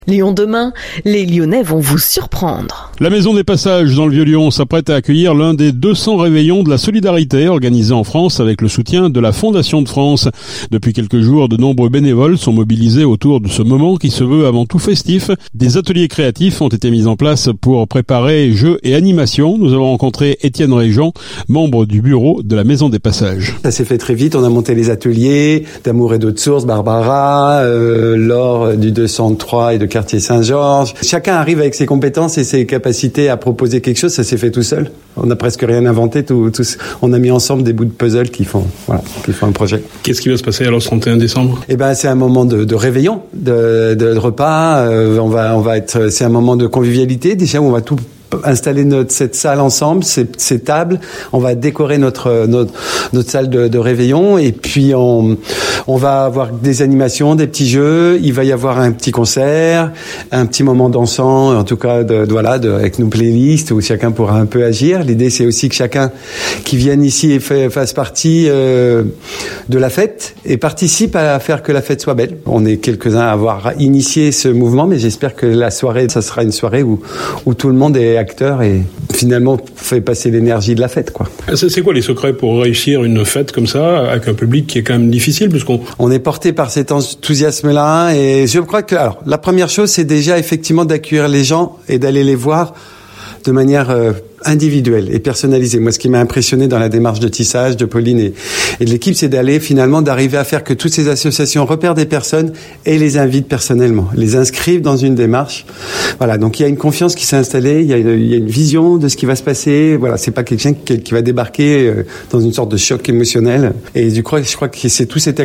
Lyon demain, les Lyonnais vont vous surprendre. La Maison des Passages dans le Vieux-Lyon s'apprête à accueillir l'un des 200 réveillons de la solidarité organisés en France avec le soutien de la Fondation de France. Depuis quelques jours, de nombreux bénévoles sont mobilisés autour de ce moment qui se veut avant tout festif. Des ateliers créatifs ont été mis en place pour préparer jeux et animations. Nous avons rencontré Étienne Régent, membre du bureau de la Maison des Passages. Ça s'est fait très vite, on a monté les ateliers d'Amour et d'Eau de Source, Barbara, Laure du 203 et de Quartier Saint-Georges. Chacun arrive avec ses compétences et ses capacités à proposer quelque chose, ça s'est fait tout seul. On n'a presque rien inventé, on a mis ensemble des bouts de puzzle qui font un projet. Qu'est-ce qui va se passer alors ce 31 décembre ? C'est un moment de réveillon, de repas, c'est un moment de convivialité, déjà où on va tout installer cette salle ensemble, ces tables, on va décorer notre salle de réveillon et puis on va avoir des animations, des petits jeux, il va y avoir un petit concert, un petit moment dansant, en tout cas avec nos playlists où chacun pourra un peu agir. L'idée c'est aussi que chacun qui vienne ici et fasse partie de la fête et participe à faire que la fête soit belle. On est quelques-uns à avoir initié ce mouvement, mais j'espère que la soirée, ça sera une soirée où tout le monde est acteur et finalement fait passer l'énergie de la fête, quoi. C'est quoi les secrets pour réussir une fête comme ça avec un public qui est quand même difficile on est porté par cet enthousiasme-là et je crois que la première chose c'est déjà effectivement d'accueillir les gens et d'aller les voir de manière individuelle et personnalisée. Moi, ce qui m'a impressionné dans la démarche de tissage de Pauline et de l'équipe, c'est d'arriver à faire que toutes ces associations repèrent des personnes et les invitent personnellement, les inscrivent dans une démarche. Voilà, donc il y a une confiance qui s'est installée, il y a une vision de ce qui va se passer. Voilà, c'est pas quelqu'un qui va débarquer dans une sorte de choc émotionnel. Et je crois que c'est tout cet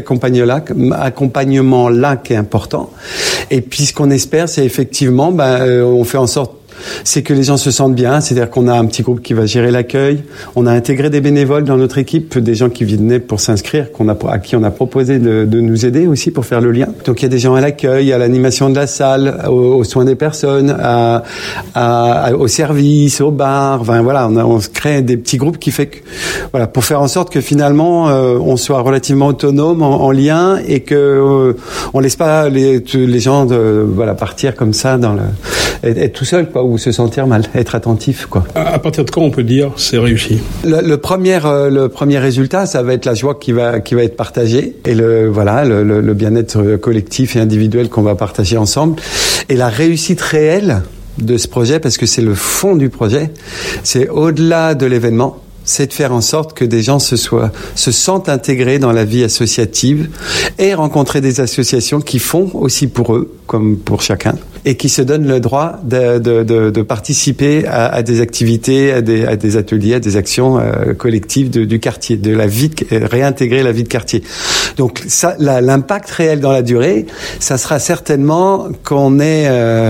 accompagnement-là qui est important. Et puis ce qu'on espère, c'est effectivement, on fait en sorte c'est que les gens se sentent bien, c'est-à-dire qu'on a un petit groupe qui va gérer l'accueil, on a intégré des bénévoles dans notre équipe, des gens qui venaient pour s'inscrire, à qui on a proposé de nous aider aussi pour faire le lien. Donc il y a des gens à l'accueil, à l'animation de la salle, aux soins des personnes, au service, au bar, on se crée des petits groupes qui fait que, pour faire en sorte que finalement on soit relativement autonome en lien et que on laisse pas les gens partir comme ça être tout seul, ou se sentir mal, être attentif, quoi. À partir de quand on peut dire c'est réussi ? Le premier résultat, ça va être la joie qui va être partagée et le bien-être collectif et individuel qu'on va partager ensemble et la réussite réelle de ce projet, parce que c'est le fond du projet, c'est au-delà de l'événement. C'est de faire en sorte que des gens se sentent intégrés dans la vie associative et rencontrer des associations qui font aussi pour eux, comme pour chacun, et qui se donnent le droit de participer à des activités, à des ateliers, à des actions collectives du quartier, de la vie, réintégrer la vie de quartier. Donc ça, l'impact réel dans la durée, ça sera certainement qu'on ait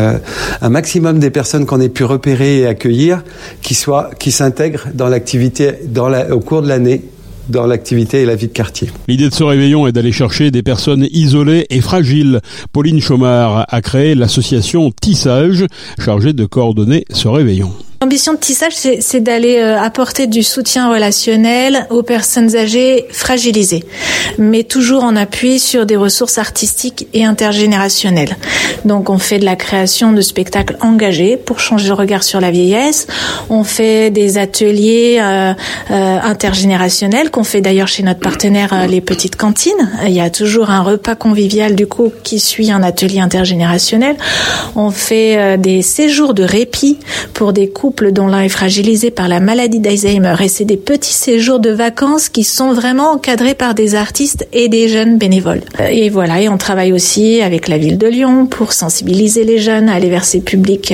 un maximum des personnes qu'on ait pu repérer et accueillir qui s'intègrent dans l'activité au cours de l'année, dans l'activité et la vie de quartier. L'idée de ce réveillon est d'aller chercher des personnes isolées et fragiles. Pauline Chaumard a créé l'association Tissage, chargée de coordonner ce réveillon. L'ambition de Tissage, c'est d'aller apporter du soutien relationnel aux personnes âgées fragilisées, mais toujours en appui sur des ressources artistiques et intergénérationnelles. Donc on fait de la création de spectacles engagés pour changer le regard sur la vieillesse. On fait des ateliers intergénérationnels qu'on fait d'ailleurs chez notre partenaire les Petites Cantines. Il y a toujours un repas convivial du coup qui suit un atelier intergénérationnel. On fait des séjours de répit pour des couples dont l'un est fragilisé par la maladie d'Alzheimer, et c'est des petits séjours de vacances qui sont vraiment encadrés par des artistes et des jeunes bénévoles. Et on travaille aussi avec la ville de Lyon pour sensibiliser les jeunes à aller vers ces publics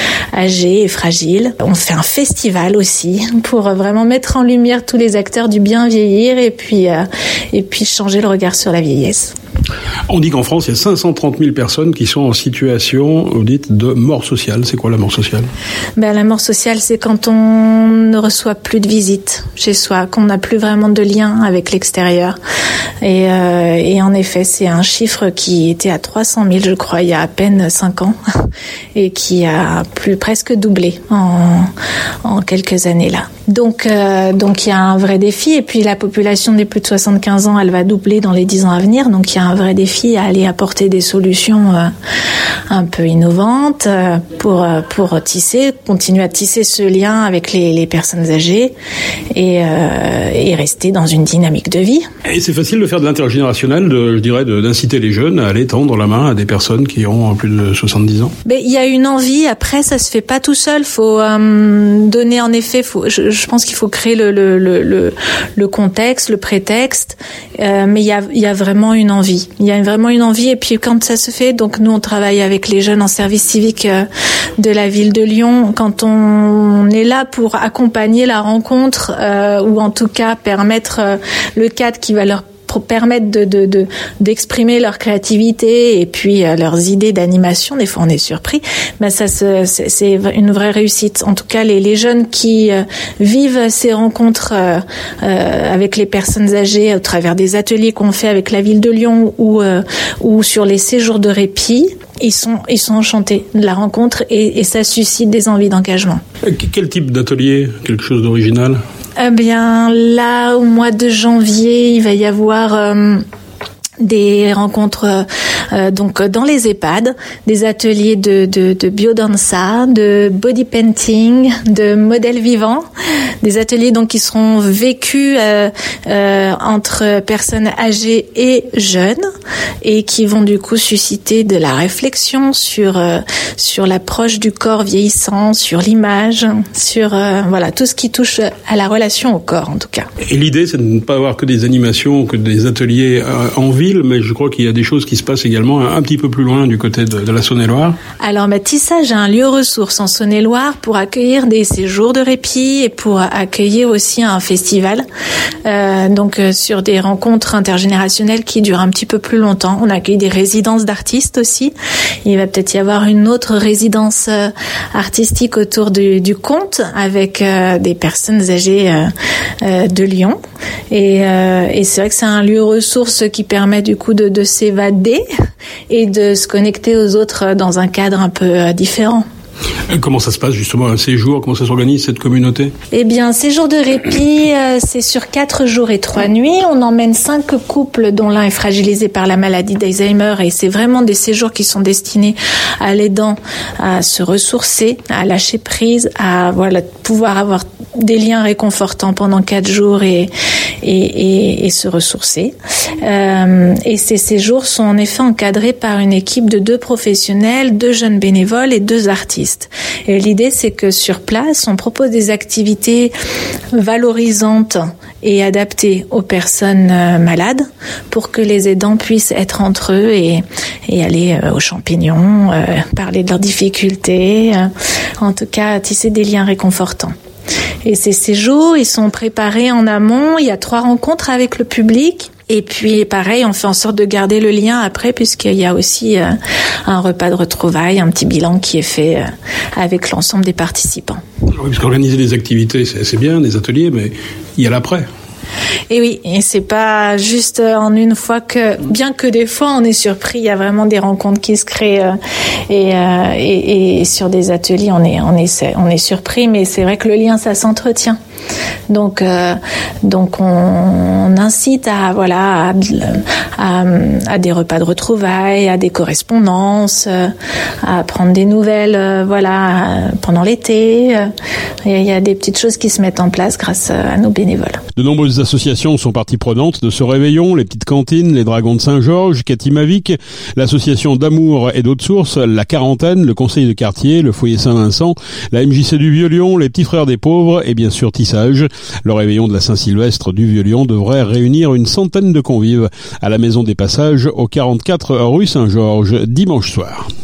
âgés et fragiles. On fait un festival aussi pour vraiment mettre en lumière tous les acteurs du bien vieillir et puis changer le regard sur la vieillesse. On dit qu'en France, il y a 530 000 personnes qui sont en situation, vous dites, de mort sociale. C'est quoi la mort sociale ? La mort sociale, c'est quand on ne reçoit plus de visites chez soi, qu'on n'a plus vraiment de lien avec l'extérieur. Et en effet, c'est un chiffre qui était à 300 000, je crois, il y a à peine 5 ans, et qui a presque doublé en quelques années là. Donc il y a un vrai défi, et puis la population des plus de 75 ans, elle va doubler dans les 10 ans à venir, donc il y a un vrai défi à aller apporter des solutions un peu innovantes pour continuer à tisser ce lien avec les personnes âgées et rester dans une dynamique de vie. Et c'est facile de faire de l'intergénérationnel, d'inciter les jeunes à aller tendre la main à des personnes qui ont plus de 70 ans. Mais il y a une envie, après ça se fait pas tout seul, faut donner en effet, je pense qu'il faut créer le contexte, le prétexte, mais il y a vraiment une envie. Il y a vraiment une envie et puis quand ça se fait, donc nous on travaille avec les jeunes en service civique de la ville de Lyon, quand on est là pour accompagner la rencontre ou en tout cas permettre le cadre qui va leur permettre d'exprimer leur créativité et puis leurs idées d'animation. Des fois, on est surpris. Mais ça, c'est une vraie réussite. En tout cas, les jeunes qui vivent ces rencontres avec les personnes âgées au travers des ateliers qu'on fait avec la ville de Lyon ou sur les séjours de répit, ils sont enchantés de la rencontre et ça suscite des envies d'engagement. Quel type d'atelier? Quelque chose d'original? Eh bien, là, au mois de janvier, il va y avoir des rencontres donc dans les EHPAD, des ateliers de biodanza, de body painting, de modèles vivants, des ateliers donc qui seront vécus entre personnes âgées et jeunes et qui vont du coup susciter de la réflexion sur l'approche du corps vieillissant, sur l'image, sur voilà tout ce qui touche à la relation au corps en tout cas. Et l'idée c'est de ne pas avoir que des animations, que des ateliers en ville, mais je crois qu'il y a des choses qui se passent également un petit peu plus loin du côté de la Saône-et-Loire. Alors Tissage a un lieu ressource en Saône-et-Loire pour accueillir des séjours de répit et pour accueillir aussi un festival donc sur des rencontres intergénérationnelles qui durent un petit peu plus longtemps. On accueille des résidences d'artistes aussi. Il va peut-être y avoir une autre résidence artistique autour du conte avec des personnes âgées de Lyon et c'est vrai que c'est un lieu ressource qui permet du coup de s'évader et de se connecter aux autres dans un cadre un peu différent. Comment ça se passe justement un séjour? Comment ça s'organise cette communauté? Eh bien, séjour de répit, c'est sur 4 jours et 3 nuits. On emmène 5 couples dont l'un est fragilisé par la maladie d'Alzheimer et c'est vraiment des séjours qui sont destinés à l'aidant à se ressourcer, à lâcher prise, à pouvoir avoir des liens réconfortants pendant 4 jours et se ressourcer. Et ces séjours sont en effet encadrés par une équipe de 2 professionnels, 2 jeunes bénévoles et 2 artistes. Et l'idée, c'est que sur place, on propose des activités valorisantes et adaptées aux personnes malades pour que les aidants puissent être entre eux et aller aux champignons, parler de leurs difficultés, en tout cas tisser des liens réconfortants. Et ces séjours, ils sont préparés en amont. Il y a 3 rencontres avec le public. Et puis, pareil, on fait en sorte de garder le lien après, puisqu'il y a aussi un repas de retrouvailles, un petit bilan qui est fait avec l'ensemble des participants. Oui, parce qu'organiser des activités, c'est bien, des ateliers, mais il y a l'après. Et oui, et c'est pas juste en une fois que, bien que des fois on est surpris, il y a vraiment des rencontres qui se créent et sur des ateliers on est surpris, mais c'est vrai que le lien ça s'entretient. Donc on incite à des repas de retrouvailles, à des correspondances, à prendre des nouvelles pendant l'été. Il y a des petites choses qui se mettent en place grâce à nos bénévoles. De nombreuses associations sont parties prenantes de ce réveillon, les petites cantines, les Dragons de Saint-Georges, Cathy Mavic, l'association d'Amour et d'autres sources, la Quarantaine, le Conseil de quartier, le Foyer Saint-Vincent, la MJC du Vieux-Lyon, les Petits Frères des Pauvres et bien sûr Tissage. Le réveillon de la Saint-Sylvestre du Vieux-Lyon devrait réunir une centaine de convives à la Maison des Passages au 44 rue Saint-Georges dimanche soir.